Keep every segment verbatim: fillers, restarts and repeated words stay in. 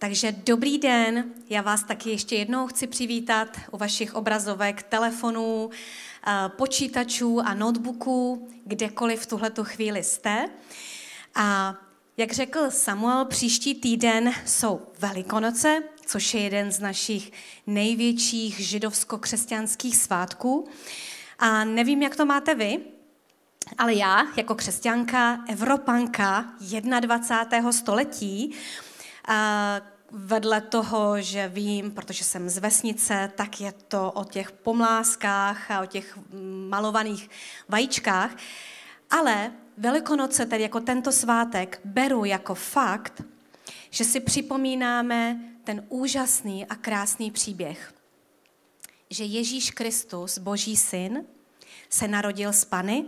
Takže dobrý den, já vás taky ještě jednou chci přivítat u vašich obrazovek, telefonů, počítačů a notebooků, kdekoliv v tuhletu chvíli jste. A jak řekl Samuel, příští týden jsou Velikonoce, což je jeden z našich největších židovsko-křesťanských svátků. A nevím, jak to máte vy, ale já jako křesťanka, Evropanka dvacátého prvního století, a vedle toho, že vím, protože jsem z vesnice, tak je to o těch pomlázkách a o těch malovaných vajíčkách. Ale Velikonoce, tedy jako tento svátek, beru jako fakt, že si připomínáme ten úžasný a krásný příběh, že Ježíš Kristus, Boží syn, se narodil z Panny,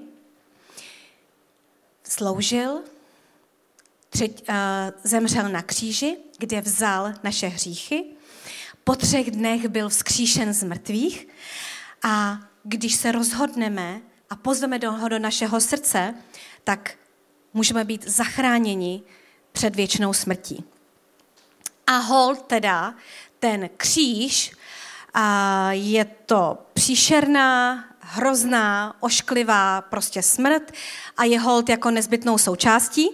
sloužil, třetí, uh, zemřel na kříži, kde vzal naše hříchy, po třech dnech byl vzkříšen z mrtvých a když se rozhodneme a pozveme ho do našeho srdce, tak můžeme být zachráněni před věčnou smrtí. A hol teda ten kříž, a je to příšerná, hrozná, ošklivá prostě smrt a je holt jako nezbytnou součástí.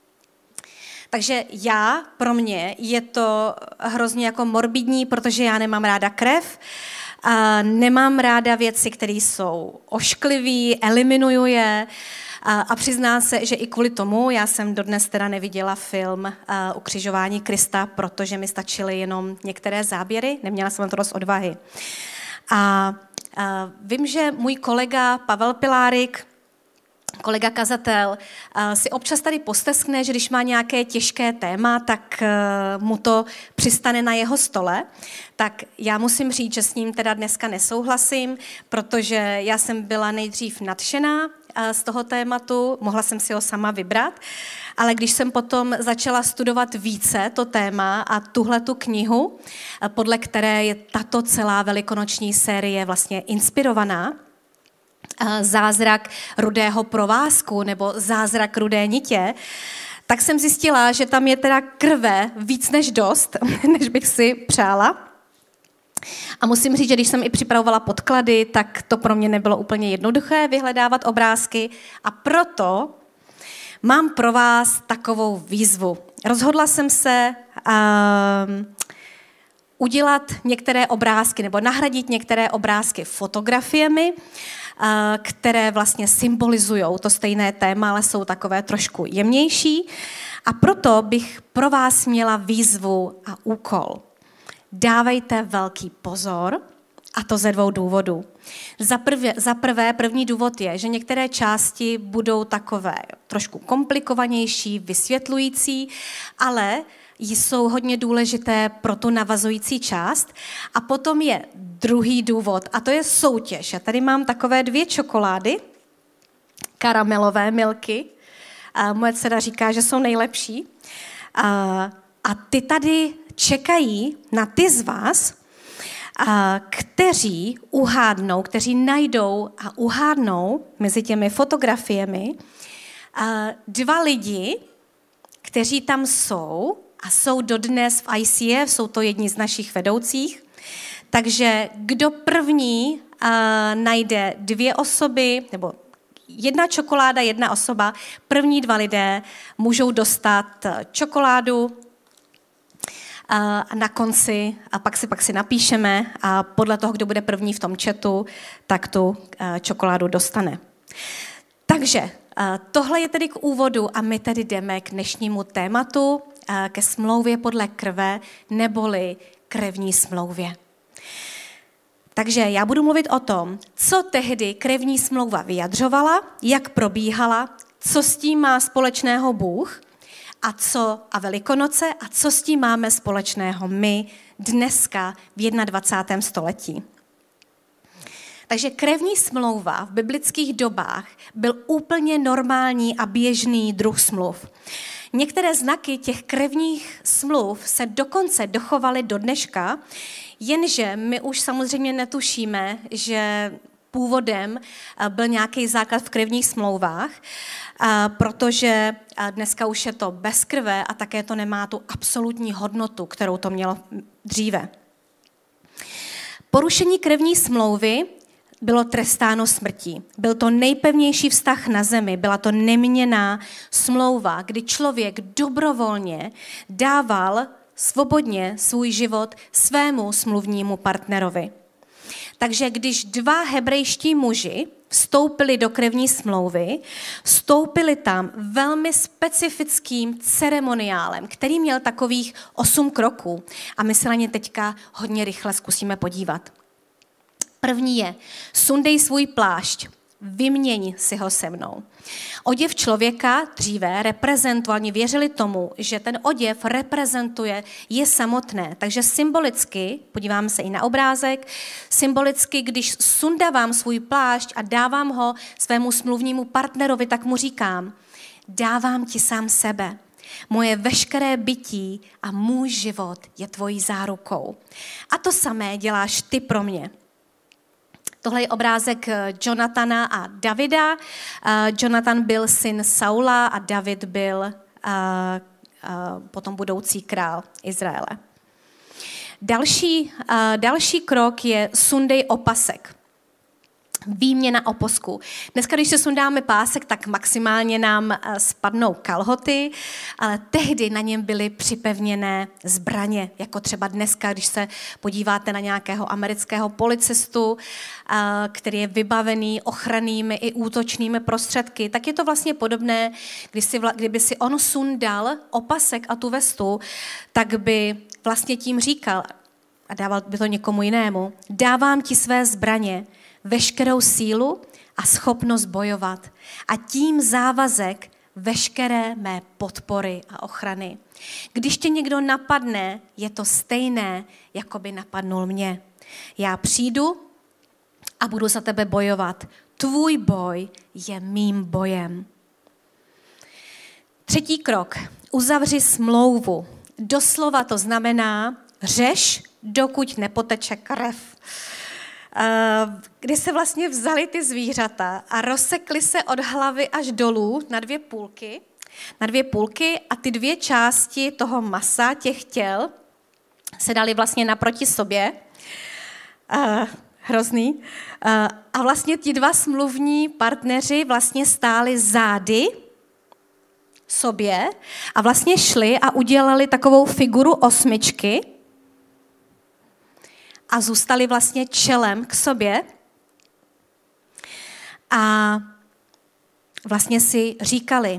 Takže já, pro mě, je to hrozně jako morbidní, protože já nemám ráda krev, a nemám ráda věci, které jsou ošklivé, eliminuju je a, a přiznám se, že i kvůli tomu já jsem dodnes teda neviděla film a, Ukřižování Krista, protože mi stačily jenom některé záběry, neměla jsem to dost odvahy. A, a vím, že můj kolega Pavel Pilárik, kolega kazatel, si občas tady posteskne, že když má nějaké těžké téma, tak mu to přistane na jeho stole. Tak já musím říct, že s ním teda dneska nesouhlasím, protože já jsem byla nejdřív nadšená z toho tématu, mohla jsem si ho sama vybrat, ale když jsem potom začala studovat více to téma a tuhletu knihu, podle které je tato celá velikonoční série vlastně inspirovaná, Zázrak rudého provázku nebo Zázrak rudé nitě, tak jsem zjistila, že tam je teda krve víc než dost, než bych si přála. A musím říct, že když jsem i připravovala podklady, tak to pro mě nebylo úplně jednoduché vyhledávat obrázky a proto mám pro vás takovou výzvu. Rozhodla jsem se um, udělat některé obrázky nebo nahradit některé obrázky fotografiemi, které vlastně symbolizují to stejné téma, ale jsou takové trošku jemnější. A proto bych pro vás měla výzvu a úkol. Dávejte velký pozor, a to ze dvou důvodů. Za prvé, za prvé, první důvod je, že některé části budou takové trošku komplikovanější, vysvětlující, ale jsou hodně důležité pro tu navazující část. A potom je druhý důvod, a to je soutěž. Já tady mám takové dvě čokolády, karamelové Milky. A moje dcera říká, že jsou nejlepší. A, a ty tady čekají na ty z vás, a, kteří uhádnou, kteří najdou a uhádnou mezi těmi fotografiemi a, dva lidi, kteří tam jsou, a jsou dodnes v I C F, jsou to jedni z našich vedoucích. Takže kdo první uh, najde dvě osoby, nebo jedna čokoláda, jedna osoba, první dva lidé můžou dostat čokoládu uh, a na konci, a pak si, pak si napíšeme a podle toho, kdo bude první v tom chatu, tak tu uh, čokoládu dostane. Takže uh, tohle je tedy k úvodu a my tedy jdeme k dnešnímu tématu, ke smlouvě podle krve, neboli krevní smlouvě. Takže já budu mluvit o tom, co tehdy krevní smlouva vyjadřovala, jak probíhala, co s tím má společného Bůh a co a Velikonoce a co s tím máme společného my dneska v dvacátém prvním století. Takže krevní smlouva v biblických dobách byl úplně normální a běžný druh smluv. Některé znaky těch krevních smluv se dokonce dochovaly do dneška, jenže my už samozřejmě netušíme, že původem byl nějaký základ v krevních smlouvách, protože dneska už je to bez krve a také to nemá tu absolutní hodnotu, kterou to mělo dříve. Porušení krevní smlouvy bylo trestáno smrtí. Byl to nejpevnější vztah na zemi, byla to neměnná smlouva, kdy člověk dobrovolně dával svobodně svůj život svému smluvnímu partnerovi. Takže když dva hebrejští muži vstoupili do krevní smlouvy, vstoupili tam velmi specifickým ceremoniálem, který měl takových osm kroků. A my se na ně teďka hodně rychle zkusíme podívat. První je, sundej svůj plášť, vyměň si ho se mnou. Oděv člověka dříve reprezentoval, oni věřili tomu, že ten oděv reprezentuje je samotné. Takže symbolicky, podíváme se i na obrázek, symbolicky, když sundávám svůj plášť a dávám ho svému smluvnímu partnerovi, tak mu říkám, dávám ti sám sebe. Moje veškeré bytí a můj život je tvojí zárukou. A to samé děláš ty pro mě. Tohle je obrázek Jonathana a Davida. Jonathan byl syn Saula a David byl potom budoucí král Izraele. Další, další krok je sundej opasek. Výměna opasku. Dneska, když se sundáme pásek, tak maximálně nám spadnou kalhoty, ale tehdy na něm byly připevněné zbraně, jako třeba dneska, když se podíváte na nějakého amerického policistu, který je vybavený ochrannými i útočnými prostředky, tak je to vlastně podobné, když si, kdyby si on sundal opasek a tu vestu, tak by vlastně tím říkal, a dával by to někomu jinému, dávám ti své zbraně, veškerou sílu a schopnost bojovat a tím závazek veškeré mé podpory a ochrany. Když tě někdo napadne, je to stejné, jako by napadnul mě. Já přijdu a budu za tebe bojovat. Tvůj boj je mým bojem. Třetí krok. Uzavři smlouvu. Doslova to znamená řeš, dokud nepoteče krev. Kdy se vlastně vzali ty zvířata a rozsekli se od hlavy až dolů na dvě půlky, na dvě půlky a ty dvě části toho masa, těch těl, se dali vlastně naproti sobě. Uh, hrozný. Uh, a vlastně ti dva smluvní partneři vlastně stáli zády sobě a vlastně šli a udělali takovou figuru osmičky, a zůstali vlastně čelem k sobě a vlastně si říkali,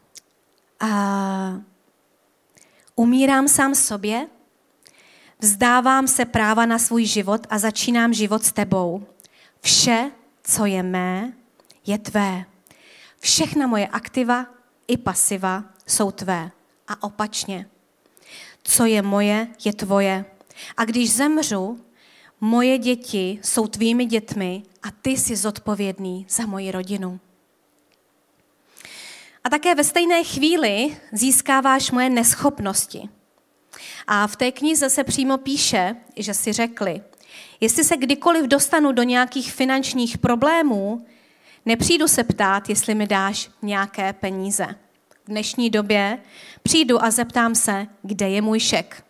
a umírám sám sobě, vzdávám se práva na svůj život a začínám život s tebou. Vše, co je mé, je tvé. Všechna moje aktiva i pasiva jsou tvé. A opačně. Co je moje, je tvoje. A když zemřu, moje děti jsou tvými dětmi a ty jsi zodpovědný za moji rodinu. A také ve stejné chvíli získáváš moje neschopnosti. A v té knize se přímo píše, že si řekli, jestli se kdykoliv dostanu do nějakých finančních problémů, nepřijdu se ptát, jestli mi dáš nějaké peníze. V dnešní době přijdu a zeptám se, kde je můj šek.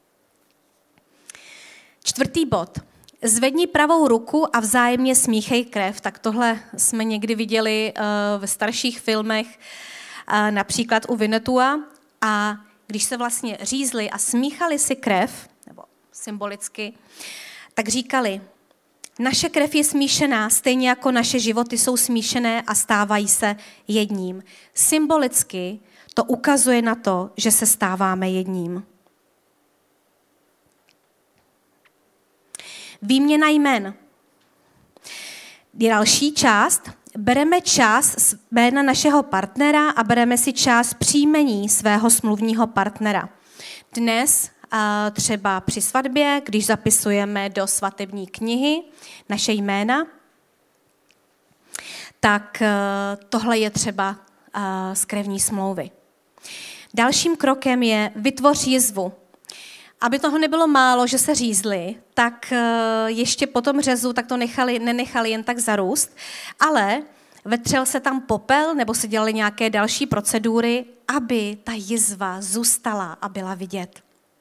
Čtvrtý bod. Zvedni pravou ruku a vzájemně smíchej krev. Tak tohle jsme někdy viděli uh, ve starších filmech, uh, například u Winnetua. A když se vlastně řízli a smíchali si krev, nebo symbolicky, tak říkali, naše krev je smíšená, stejně jako naše životy jsou smíšené a stávají se jedním. Symbolicky to ukazuje na to, že se stáváme jedním. Výměna jmen. Je další část. Bereme část z jména našeho partnera a bereme si část příjmení svého smluvního partnera. Dnes třeba při svatbě, když zapisujeme do svatební knihy naše jména, tak tohle je třeba z krevní smlouvy. Dalším krokem je vytvoř jizvu. Aby toho nebylo málo, že se řízli, tak ještě po tom řezu tak to nechali, nenechali jen tak zarůst, ale vetřel se tam popel nebo se dělaly nějaké další procedury, aby ta jizva zůstala a byla vidět.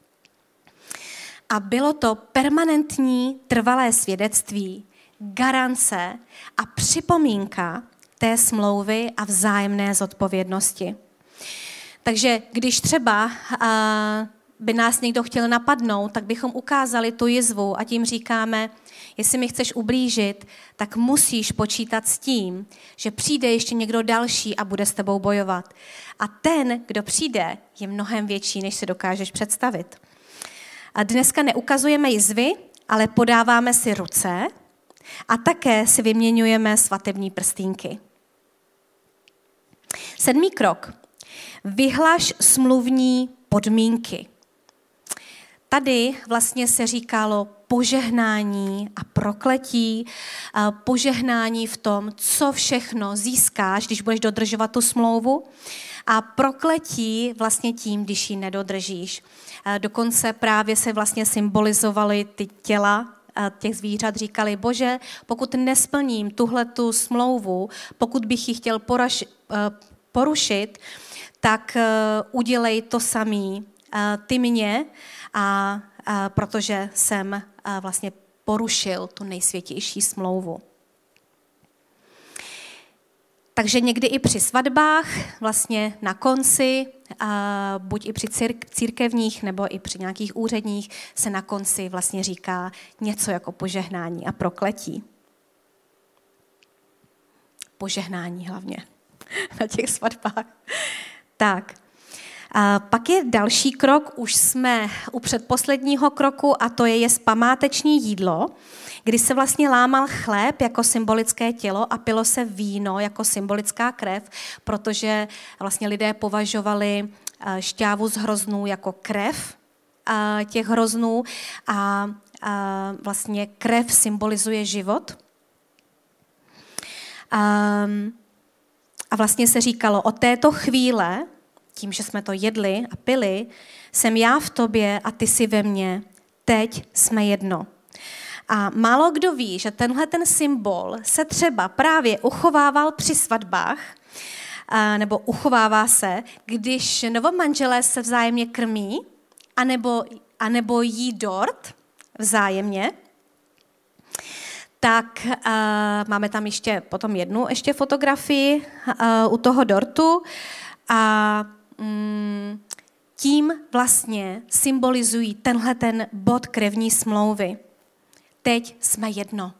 A bylo to permanentní trvalé svědectví, garance a připomínka té smlouvy a vzájemné zodpovědnosti. Takže když třeba uh, by nás někdo chtěl napadnout, tak bychom ukázali tu jizvu a tím říkáme, jestli mi chceš ublížit, tak musíš počítat s tím, že přijde ještě někdo další a bude s tebou bojovat. A ten, kdo přijde, je mnohem větší, než si dokážeš představit. A dneska neukazujeme jizvy, ale podáváme si ruce a také si vyměňujeme svatební prstýnky. Sedmý krok. Vyhlaš smluvní podmínky. Tady vlastně se říkalo požehnání a prokletí, požehnání v tom, co všechno získáš, když budeš dodržovat tu smlouvu, a prokletí vlastně tím, když ji nedodržíš. Dokonce právě se vlastně symbolizovaly ty těla těch zvířat, říkali, Bože, pokud nesplním tuhletu smlouvu, pokud bych ji chtěl poraž, porušit, tak udělej to samý ty mě, a, a protože jsem a vlastně porušil tu nejsvětější smlouvu. Takže někdy i při svatbách, vlastně na konci, a buď i při církevních nebo i při nějakých úředních, se na konci vlastně říká něco jako požehnání a prokletí. Požehnání hlavně na těch svatbách. Tak. A pak je další krok, už jsme u předposledního kroku, a to je jest památeční jídlo, kdy se vlastně lámal chléb jako symbolické tělo a pilo se víno jako symbolická krev, protože vlastně lidé považovali šťávu z hroznů jako krev těch hroznů a vlastně krev symbolizuje život. A vlastně se říkalo, od této chvíle, tím, že jsme to jedli a pili, jsem já v tobě a ty jsi ve mně. Teď jsme jedno. A málo kdo ví, že tenhle ten symbol se třeba právě uchovával při svatbách, nebo uchovává se, když novomanželé se vzájemně krmí, anebo, anebo jí dort vzájemně. Tak uh, máme tam ještě potom jednu ještě fotografii uh, u toho dortu. A mm, tím vlastně symbolizují tenhle ten bod krevní smlouvy. Teď jsme jedno.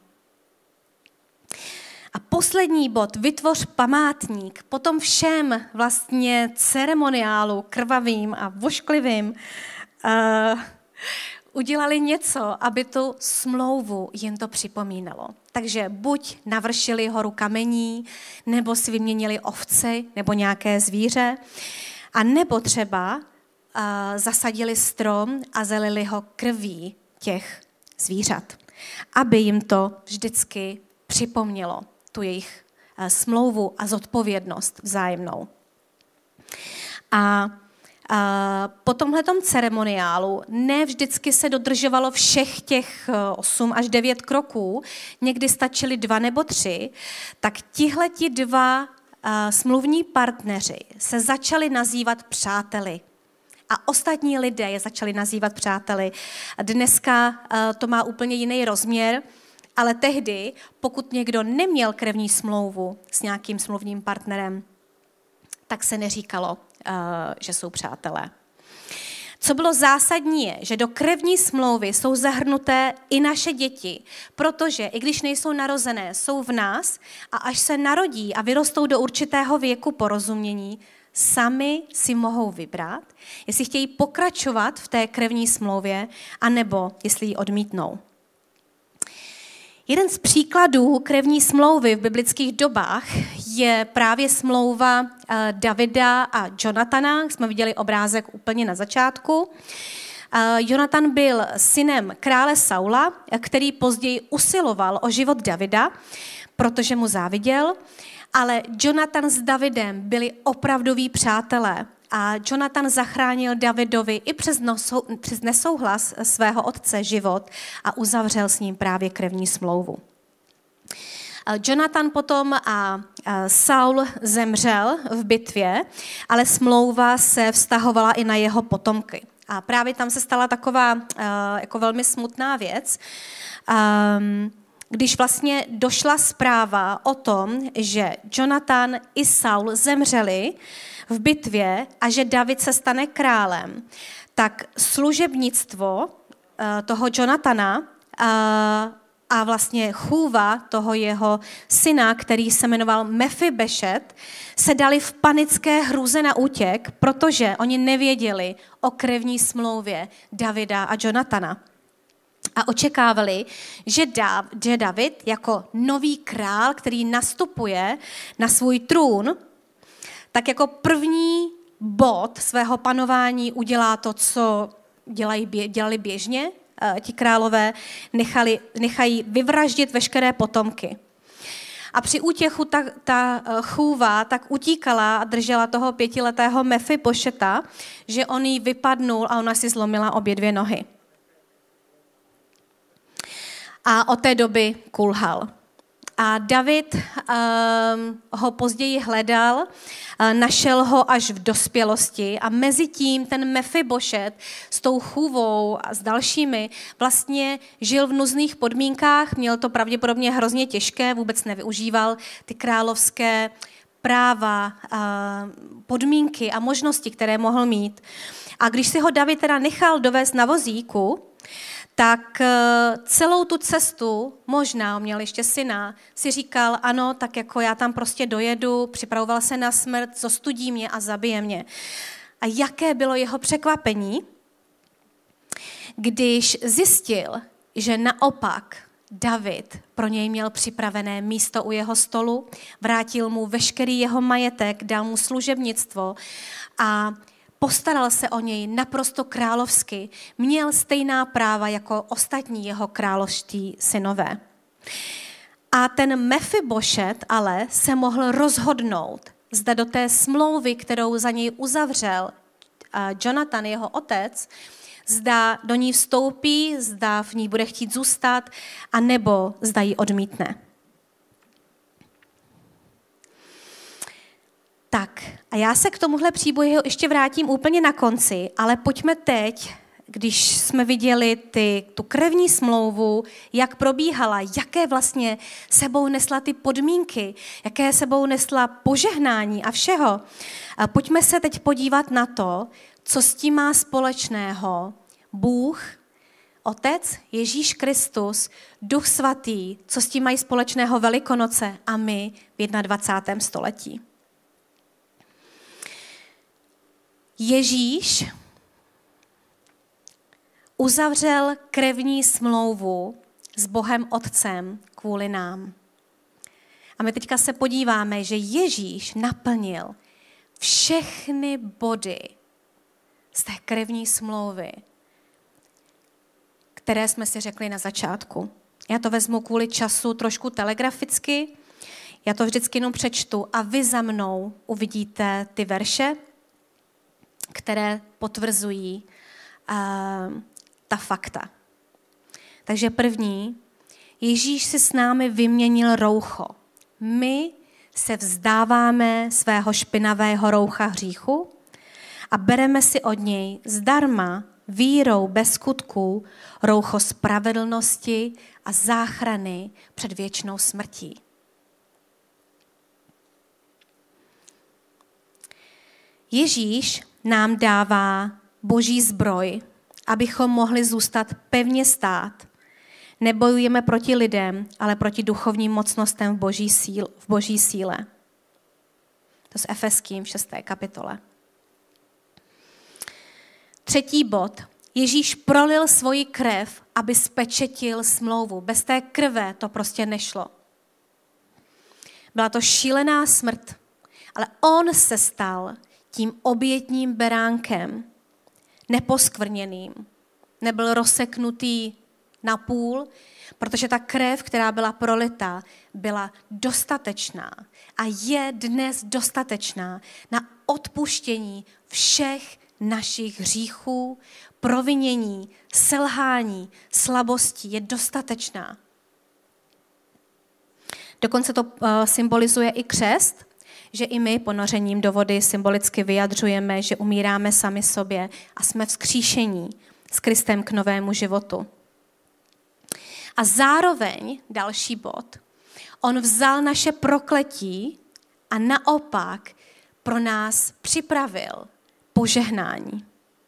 A poslední bod, vytvoř památník, po tom všem vlastně ceremoniálu krvavým a vošklivým uh, udělali něco, aby tu smlouvu jim to připomínalo. Takže buď navršili horu kamení, nebo si vyměnili ovci, nebo nějaké zvíře, a nebo třeba uh, zasadili strom a zalili ho krví těch zvířat, aby jim to vždycky připomnělo, tu jejich uh, smlouvu a zodpovědnost vzájemnou. A Uh, po tomhletom ceremoniálu ne vždycky se dodržovalo všech těch osm až devět kroků, někdy stačily dva nebo tři, tak tihleti dva uh, smluvní partneři se začali nazývat přáteli. A ostatní lidé je začali nazývat přáteli. Dneska uh, to má úplně jiný rozměr, ale tehdy, pokud někdo neměl krevní smlouvu s nějakým smluvním partnerem, tak se neříkalo, že jsou přátelé. Co bylo zásadní je, že do krevní smlouvy jsou zahrnuté i naše děti, protože i když nejsou narozené, jsou v nás a až se narodí a vyrostou do určitého věku porozumění, sami si mohou vybrat, jestli chtějí pokračovat v té krevní smlouvě, anebo jestli ji odmítnou. Jeden z příkladů krevní smlouvy v biblických dobách je právě smlouva Davida a Jonathana. Jsme viděli obrázek úplně na začátku. Jonatan byl synem krále Saula, který později usiloval o život Davida, protože mu záviděl, ale Jonatan s Davidem byli opravdoví přátelé a Jonatan zachránil Davidovi i přes, nosou, přes nesouhlas svého otce život a uzavřel s ním právě krevní smlouvu. Jonatan potom a Saul zemřel v bitvě, ale smlouva se vztahovala i na jeho potomky. A právě tam se stala taková jako velmi smutná věc, když vlastně došla zpráva o tom, že Jonatan i Saul zemřeli v bitvě a že David se stane králem, tak služebnictvo toho Jonatana a vlastně chůva toho jeho syna, který se jmenoval Mefibešet, se dali v panické hrůze na útěk, protože oni nevěděli o krevní smlouvě Davida a Jonatana. A očekávali, že, Dav, že David jako nový král, který nastupuje na svůj trůn, tak jako první bod svého panování udělá to, co dělají, dělali běžně, ti králové nechali, nechají vyvraždit veškeré potomky. A při útěchu ta, ta chůva tak utíkala a držela toho pětiletého Mefibošeta, že on jí vypadnul a ona si zlomila obě dvě nohy. A od té doby kulhal. A David um, ho později hledal, uh, našel ho až v dospělosti a mezi tím ten Mefibošet s tou chůvou a s dalšími vlastně žil v nuzných podmínkách, měl to pravděpodobně hrozně těžké, vůbec nevyužíval ty královské práva, uh, podmínky a možnosti, které mohl mít. A když si ho David teda nechal dovést na vozíku, tak celou tu cestu, možná měl ještě syna, si říkal, ano, tak jako já tam prostě dojedu, připravoval se na smrt, zostudí mě a zabije mě. A jaké bylo jeho překvapení, když zjistil, že naopak David pro něj měl připravené místo u jeho stolu, vrátil mu veškerý jeho majetek, dal mu služebnictvo a postaral se o něj naprosto královsky, měl stejná práva jako ostatní jeho královští synové. A ten Mefibošet ale se mohl rozhodnout, zda do té smlouvy, kterou za něj uzavřel Jonatan, jeho otec, zda do ní vstoupí, zda v ní bude chtít zůstat, anebo zda ji odmítne. Tak a já se k tomuhle příběhu ještě vrátím úplně na konci, ale pojďme teď, když jsme viděli ty, tu krevní smlouvu, jak probíhala, jaké vlastně sebou nesla ty podmínky, jaké sebou nesla požehnání a všeho. A pojďme se teď podívat na to, co s tím má společného Bůh, Otec, Ježíš Kristus, Duch Svatý, co s tím mají společného Velikonoce a my v dvacátém prvním století. Ježíš uzavřel krevní smlouvu s Bohem Otcem kvůli nám. A my teďka se podíváme, že Ježíš naplnil všechny body z té krevní smlouvy, které jsme si řekli na začátku. Já to vezmu kvůli času trošku telegraficky, já to vždycky jenom přečtu a vy za mnou uvidíte ty verše, které potvrzují uh, ta fakta. Takže první, Ježíš si s námi vyměnil roucho. My se vzdáváme svého špinavého roucha hříchu a bereme si od něj zdarma vírou bez skutků roucho spravedlnosti a záchrany před věčnou smrtí. Ježíš nám dává boží zbroj, abychom mohli zůstat pevně stát. Nebojujeme proti lidem, ale proti duchovním mocnostem v boží, síl, v boží síle. To z Efeským v šesté kapitole. Třetí bod. Ježíš prolil svoji krev, aby spečetil smlouvu. Bez té krve to prostě nešlo. Byla to šílená smrt, ale on se stal tím obětním beránkem, neposkvrněným. Nebyl rozseknutý na půl, protože ta krev, která byla prolita, byla dostatečná a je dnes dostatečná na odpuštění všech našich hříchů, provinění, selhání, slabostí je dostatečná. Dokonce to symbolizuje i křest, že i my ponořením do vody symbolicky vyjadřujeme, že umíráme sami sobě a jsme vzkříšení s Kristem k novému životu. A zároveň, další bod, on vzal naše prokletí a naopak pro nás připravil požehnání.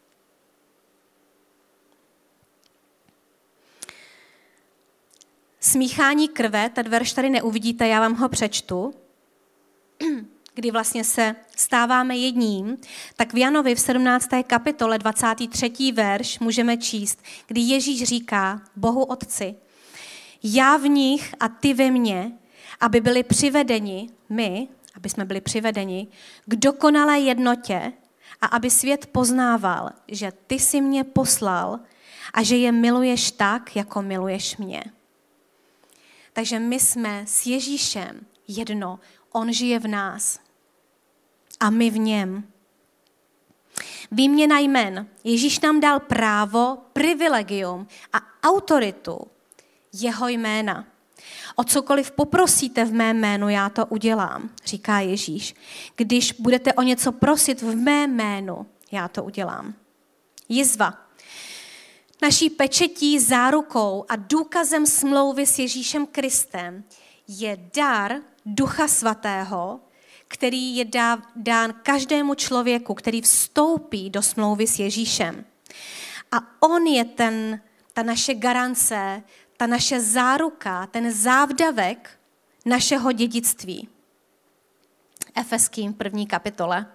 Smíchání krve, ten verš tady neuvidíte, já vám ho přečtu, kdy vlastně se stáváme jedním, tak v Janovi v sedmnácté kapitole dvacátý třetí verš můžeme číst, kdy Ježíš říká Bohu Otci, já v nich a ty ve mně, aby byli přivedeni, my, aby jsme byli přivedeni k dokonalé jednotě a aby svět poznával, že ty jsi mě poslal a že je miluješ tak, jako miluješ mě. Takže my jsme s Ježíšem jedno, on žije v nás a my v něm. Výměna jmen. Ježíš nám dal právo, privilegium a autoritu jeho jména. O cokoliv poprosíte v mé jménu, já to udělám, říká Ježíš. Když budete o něco prosit v mé jménu, já to udělám. Jizva. Naší pečetí, zárukou a důkazem smlouvy s Ježíšem Kristem je dar Ducha Svatého, který je dán každému člověku, který vstoupí do smlouvy s Ježíšem. A on je ten, ta naše garance, ta naše záruka, ten závdavek našeho dědictví. Efeským první kapitole.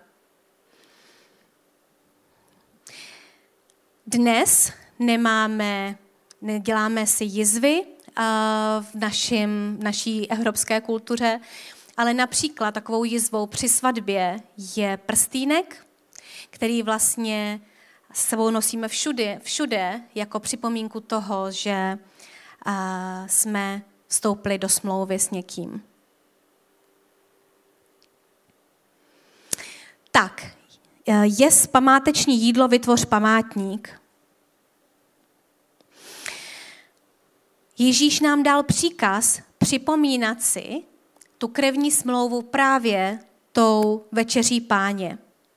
Dnes nemáme, neděláme si jizvy v našim, naší evropské kultuře, ale například takovou jizvou při svatbě je prstýnek, který vlastně s sebou nosíme všude, všude jako připomínku toho, že jsme vstoupili do smlouvy s někým. Tak, jest památeční jídlo, vytvoř památník. Ježíš nám dal příkaz připomínat si tu krevní smlouvu právě tou večeří Páně,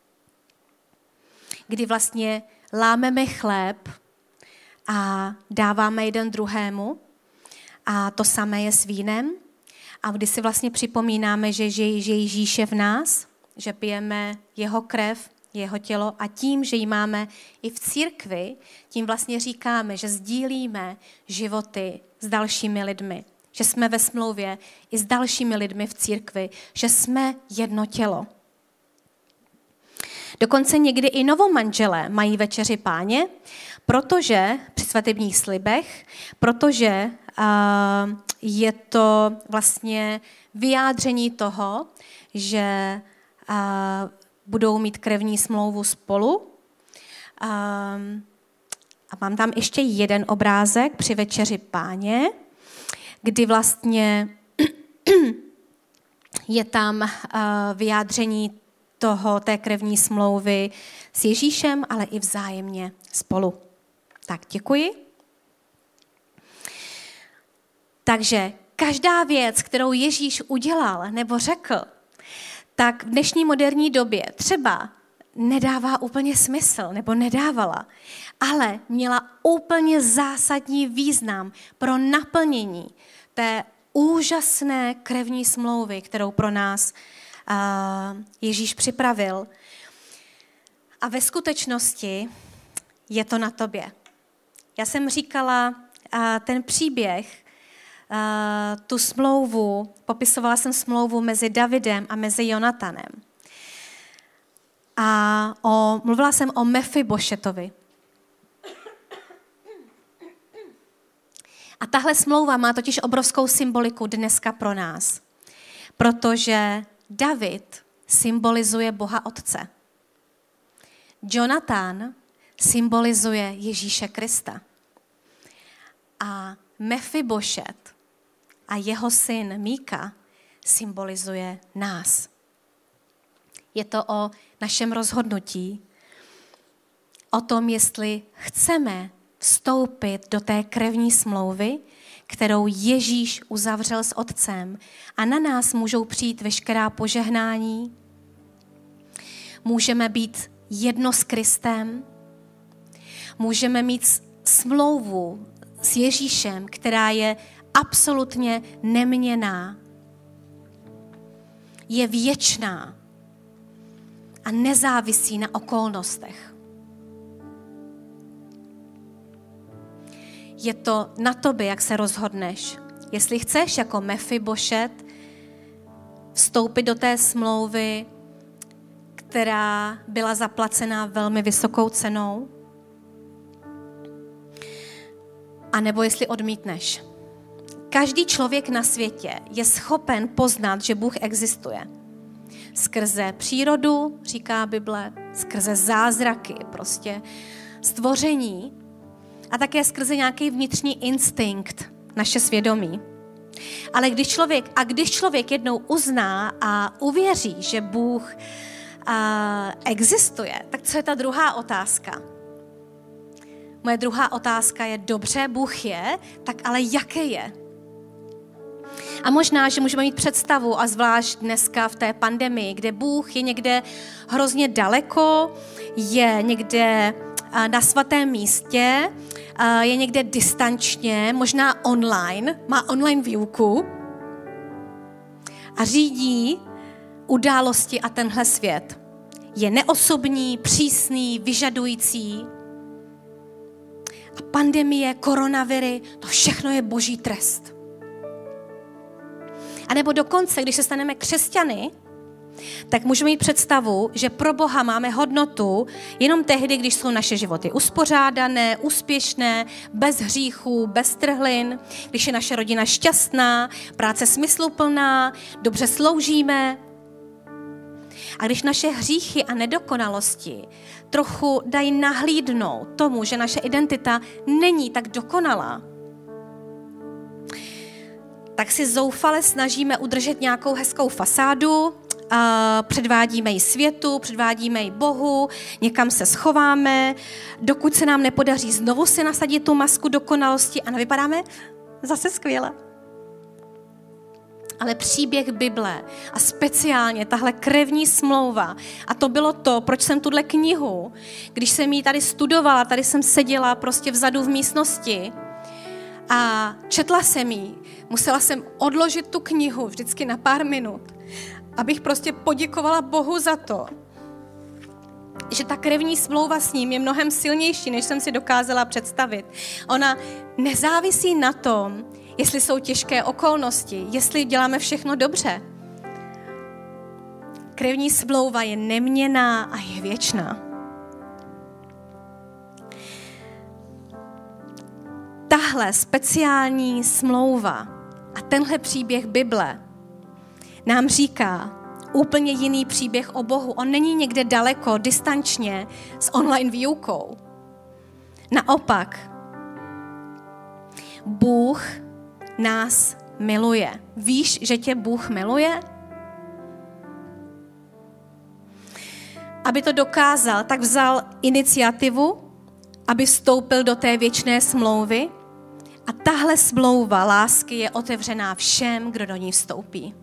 kdy vlastně lámeme chléb a dáváme jeden druhému a to samé je s vínem a kdy si vlastně připomínáme, že, že, že Ježíš je v nás, že pijeme jeho krev, jeho tělo a tím, že ji máme i v církvi, tím vlastně říkáme, že sdílíme životy s dalšími lidmi, že jsme ve smlouvě i s dalšími lidmi v církvi, že jsme jedno tělo. Dokonce někdy i novomanželé mají večeři Páně, protože při svatebních slibech, protože uh, je to vlastně vyjádření toho, že uh, budou mít krevní smlouvu spolu. Um, a mám tam ještě jeden obrázek při večeři Páně, kdy vlastně je tam uh, vyjádření toho, té krevní smlouvy s Ježíšem, ale i vzájemně spolu. Tak, děkuji. Takže každá věc, kterou Ježíš udělal nebo řekl, tak v dnešní moderní době třeba nedává úplně smysl nebo nedávala, ale měla úplně zásadní význam pro naplnění té úžasné krevní smlouvy, kterou pro nás uh, Ježíš připravil. A ve skutečnosti je to na tobě. Já jsem říkala uh, ten příběh, uh, tu smlouvu, popisovala jsem smlouvu mezi Davidem a mezi Jonatanem. A o, mluvila jsem o Mefibošetovi. A tahle smlouva má totiž obrovskou symboliku dneska pro nás. Protože David symbolizuje Boha Otce. Jonatan symbolizuje Ježíše Krista. A Mefibošet a jeho syn Míka symbolizuje nás. Je to o našem rozhodnutí. O tom, jestli chceme vstoupit do té krevní smlouvy, kterou Ježíš uzavřel s Otcem. A na nás můžou přijít veškerá požehnání. Můžeme být jedno s Kristem. Můžeme mít smlouvu s Ježíšem, která je absolutně neměnná. Je věčná a nezávisí na okolnostech. Je to na tobě, jak se rozhodneš. Jestli chceš jako Mefibošet vstoupit do té smlouvy, která byla zaplacená velmi vysokou cenou, a nebo jestli odmítneš. Každý člověk na světě je schopen poznat, že Bůh existuje. Skrze přírodu, říká Bible, skrze zázraky, prostě stvoření a také skrze nějaký vnitřní instinkt, naše svědomí. Ale když člověk, a když člověk jednou uzná a uvěří, že Bůh a, existuje, tak co je ta druhá otázka? Moje druhá otázka je, dobře, Bůh je, tak ale jaké je? A možná, že můžeme mít představu, a zvlášť dneska v té pandemii, kde Bůh je někde hrozně daleko, je někde na svatém místě, je někde distančně, možná online, má online výuku a řídí události a tenhle svět. Je neosobní, přísný, vyžadující. A pandemie, koronaviry, to všechno je boží trest. A nebo dokonce, když se staneme křesťany, tak můžeme mít představu, že pro Boha máme hodnotu jenom tehdy, když jsou naše životy uspořádané, úspěšné, bez hříchů, bez trhlin, když je naše rodina šťastná, práce smysluplná, dobře sloužíme. A když naše hříchy a nedokonalosti trochu dají nahlídnout tomu, že naše identita není tak dokonalá, tak si zoufale snažíme udržet nějakou hezkou fasádu, předvádíme ji světu, předvádíme ji Bohu, někam se schováme, dokud se nám nepodaří znovu si nasadit tu masku dokonalosti a nevypadáme zase skvěle. Ale příběh Bible a speciálně tahle krevní smlouva, a to bylo to, proč jsem tuhle knihu, když jsem ji tady studovala, tady jsem seděla prostě vzadu v místnosti a četla jsem ji, musela jsem odložit tu knihu vždycky na pár minut, abych prostě poděkovala Bohu za to, že ta krevní smlouva s ním je mnohem silnější, než jsem si dokázala představit. Ona nezávisí na tom, jestli jsou těžké okolnosti, jestli děláme všechno dobře. Krevní smlouva je neměnná a je věčná. Tahle speciální smlouva a tenhle příběh Bible nám říká úplně jiný příběh o Bohu. On není někde daleko, distančně, s online výukou. Naopak, Bůh nás miluje. Víš, že tě Bůh miluje? Aby to dokázal, tak vzal iniciativu, aby vstoupil do té věčné smlouvy. A tahle smlouva lásky je otevřená všem, kdo do ní vstoupí.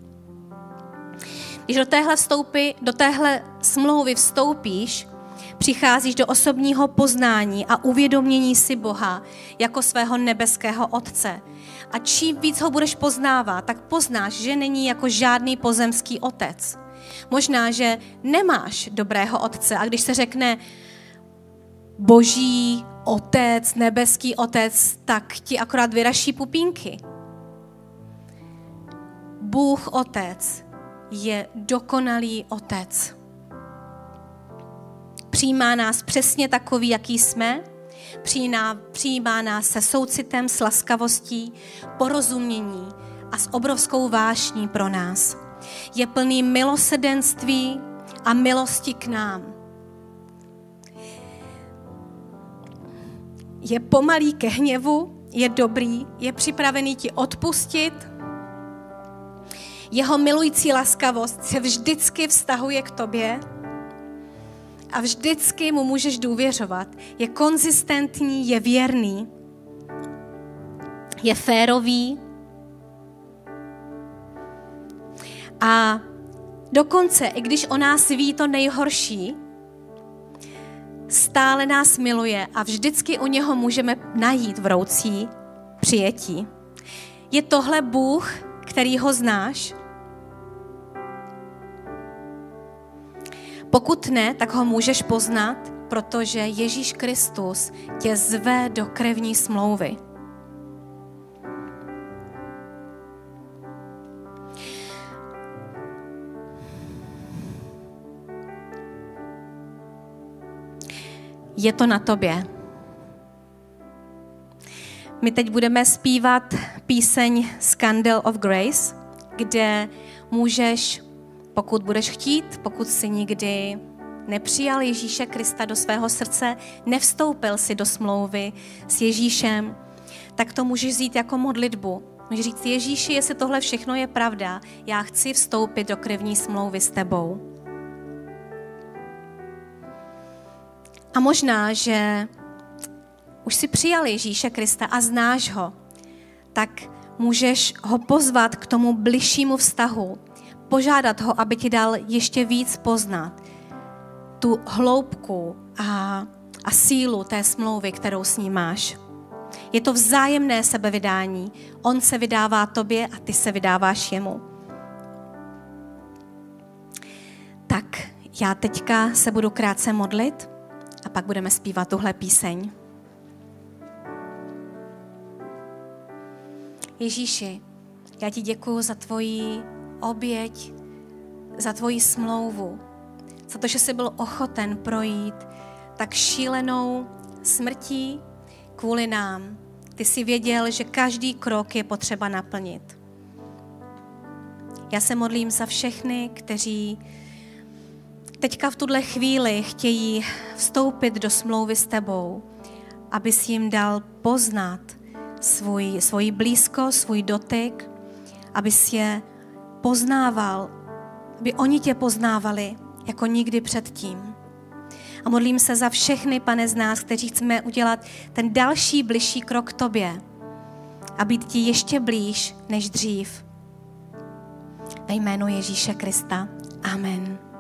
Když do téhle, vstoupí, do téhle smlouvy vstoupíš, přicházíš do osobního poznání a uvědomění si Boha jako svého nebeského Otce. A čím víc ho budeš poznávat, tak poznáš, že není jako žádný pozemský otec. Možná, že nemáš dobrého otce a když se řekne Boží Otec, nebeský Otec, tak ti akorát vyraší pupínky. Bůh Otec je dokonalý Otec. Přijímá nás přesně takový, jaký jsme, přijímá, přijímá nás se soucitem, s laskavostí, porozumění a s obrovskou vášní pro nás. Je plný milosrdenství a milosti k nám. Je pomalý ke hněvu, je dobrý, je připravený ti odpustit, Jeho milující laskavost se vždycky vztahuje k tobě a vždycky mu můžeš důvěřovat. Je konzistentní, je věrný, je férový a dokonce, i když o nás ví to nejhorší, stále nás miluje a vždycky u něho můžeme najít vroucí přijetí. Je tohle Bůh, který ho znáš? Pokud ne, tak ho můžeš poznat, protože Ježíš Kristus tě zve do krevní smlouvy. Je to na tobě. My teď budeme zpívat píseň Scandal of Grace, kde můžeš, pokud budeš chtít, pokud jsi nikdy nepřijal Ježíše Krista do svého srdce, nevstoupil si do smlouvy s Ježíšem, tak to můžeš vzít jako modlitbu. Můžeš říct, Ježíši, jestli tohle všechno je pravda, já chci vstoupit do krevní smlouvy s tebou. A možná, že už jsi přijal Ježíše Krista a znáš ho, tak můžeš ho pozvat k tomu bližšímu vztahu, požádat ho, aby ti dal ještě víc poznat tu hloubku a, a sílu té smlouvy, kterou s ním máš. Je to vzájemné sebevydání. On se vydává tobě a ty se vydáváš jemu. Tak já teďka se budu krátce modlit a pak budeme zpívat tuhle píseň. Ježíši, já ti děkuju za tvoji oběť, za tvoji smlouvu, za to, že jsi byl ochoten projít tak šílenou smrtí kvůli nám. Ty jsi věděl, že každý krok je potřeba naplnit. Já se modlím za všechny, kteří teďka v tuhle chvíli chtějí vstoupit do smlouvy s tebou, abys jim dal poznat svůj, svoji blízkost, svůj dotyk, abys je poznával, aby oni tě poznávali jako nikdy předtím. A modlím se za všechny, Pane, z nás, kteří chceme udělat ten další bližší krok k tobě a být ti ještě blíž než dřív. Ve jménu Ježíše Krista. Amen.